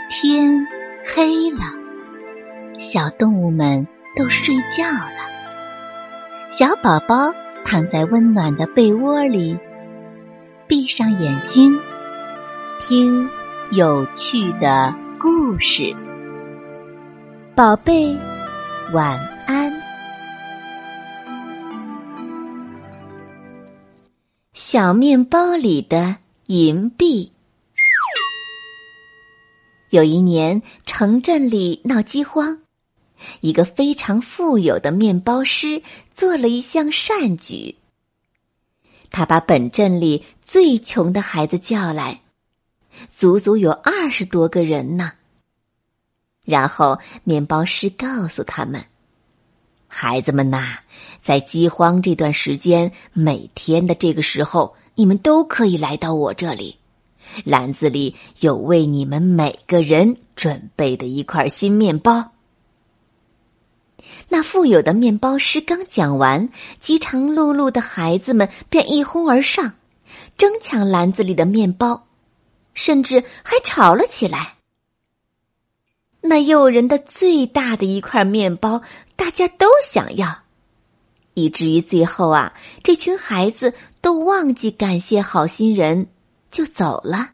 天黑了，小动物们都睡觉了。小宝宝躺在温暖的被窝里，闭上眼睛，听有趣的故事。宝贝，晚安。小面包里的银币。有一年，城镇里闹饥荒，一个非常富有的面包师做了一项善举。他把本镇里最穷的孩子叫来，足足有20多个人呢。然后面包师告诉他们，孩子们呐，在饥荒这段时间，每天的这个时候，你们都可以来到我这里。篮子里有为你们每个人准备的一块新面包。那富有的面包师刚讲完，饥肠辘辘的孩子们便一哄而上，争抢篮子里的面包，甚至还吵了起来。那诱人的最大的一块面包，大家都想要，以至于最后啊，这群孩子都忘记感谢好心人，就走了。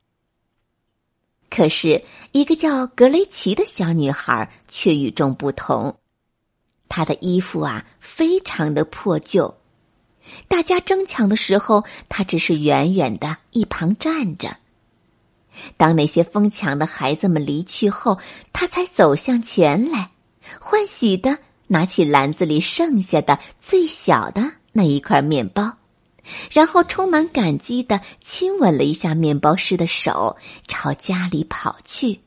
可是一个叫格雷奇的小女孩却与众不同，她的衣服啊非常的破旧，大家争抢的时候，她只是远远的一旁站着。当那些疯抢的孩子们离去后，她才走向前来，欢喜的拿起篮子里剩下的最小的那一块面包，然后充满感激地亲吻了一下面包师的手，朝家里跑去。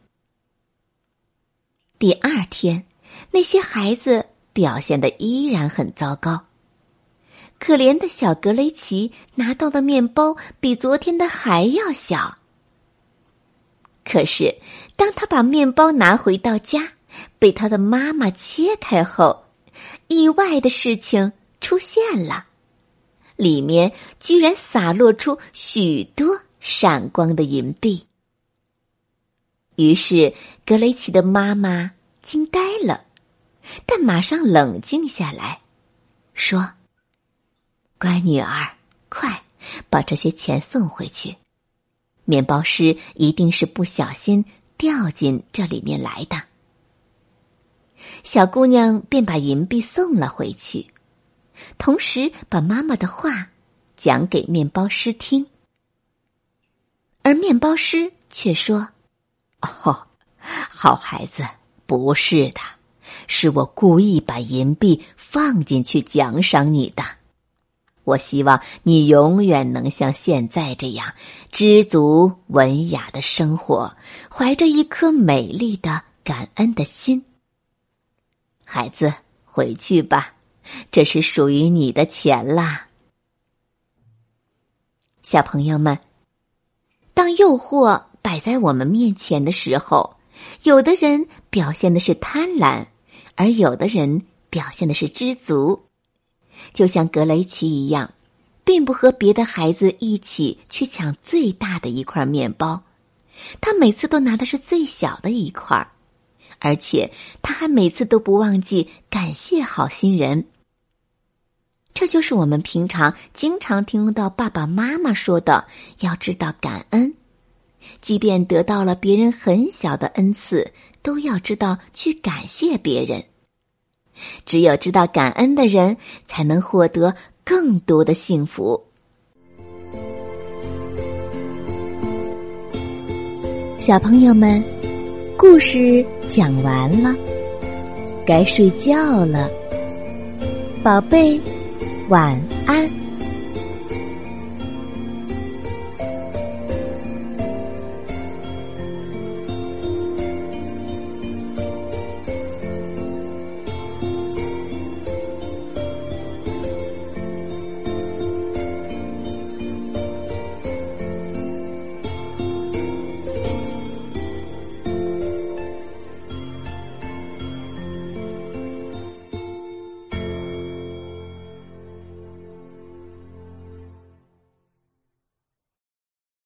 第二天，那些孩子表现得依然很糟糕。可怜的小格雷奇拿到的面包比昨天的还要小。可是，当他把面包拿回到家，被他的妈妈切开后，意外的事情出现了。里面居然洒落出许多闪光的银币。于是格雷奇的妈妈惊呆了，但马上冷静下来，说：乖女儿，快把这些钱送回去，面包师一定是不小心掉进这里面来的。小姑娘便把银币送了回去，同时把妈妈的话讲给面包师听。而面包师却说：哦，好孩子，不是的，是我故意把银币放进去奖赏你的。我希望你永远能像现在这样知足文雅的生活，怀着一颗美丽的感恩的心。孩子，回去吧，这是属于你的钱啦。小朋友们，当诱惑摆在我们面前的时候，有的人表现的是贪婪，而有的人表现的是知足。就像格雷奇一样，并不和别的孩子一起去抢最大的一块面包，他每次都拿的是最小的一块，而且他还每次都不忘记感谢好心人。这就是我们平常经常听到爸爸妈妈说的，要知道感恩。即便得到了别人很小的恩赐，都要知道去感谢别人。只有知道感恩的人，才能获得更多的幸福。小朋友们，故事讲完了，该睡觉了。宝贝，晚安。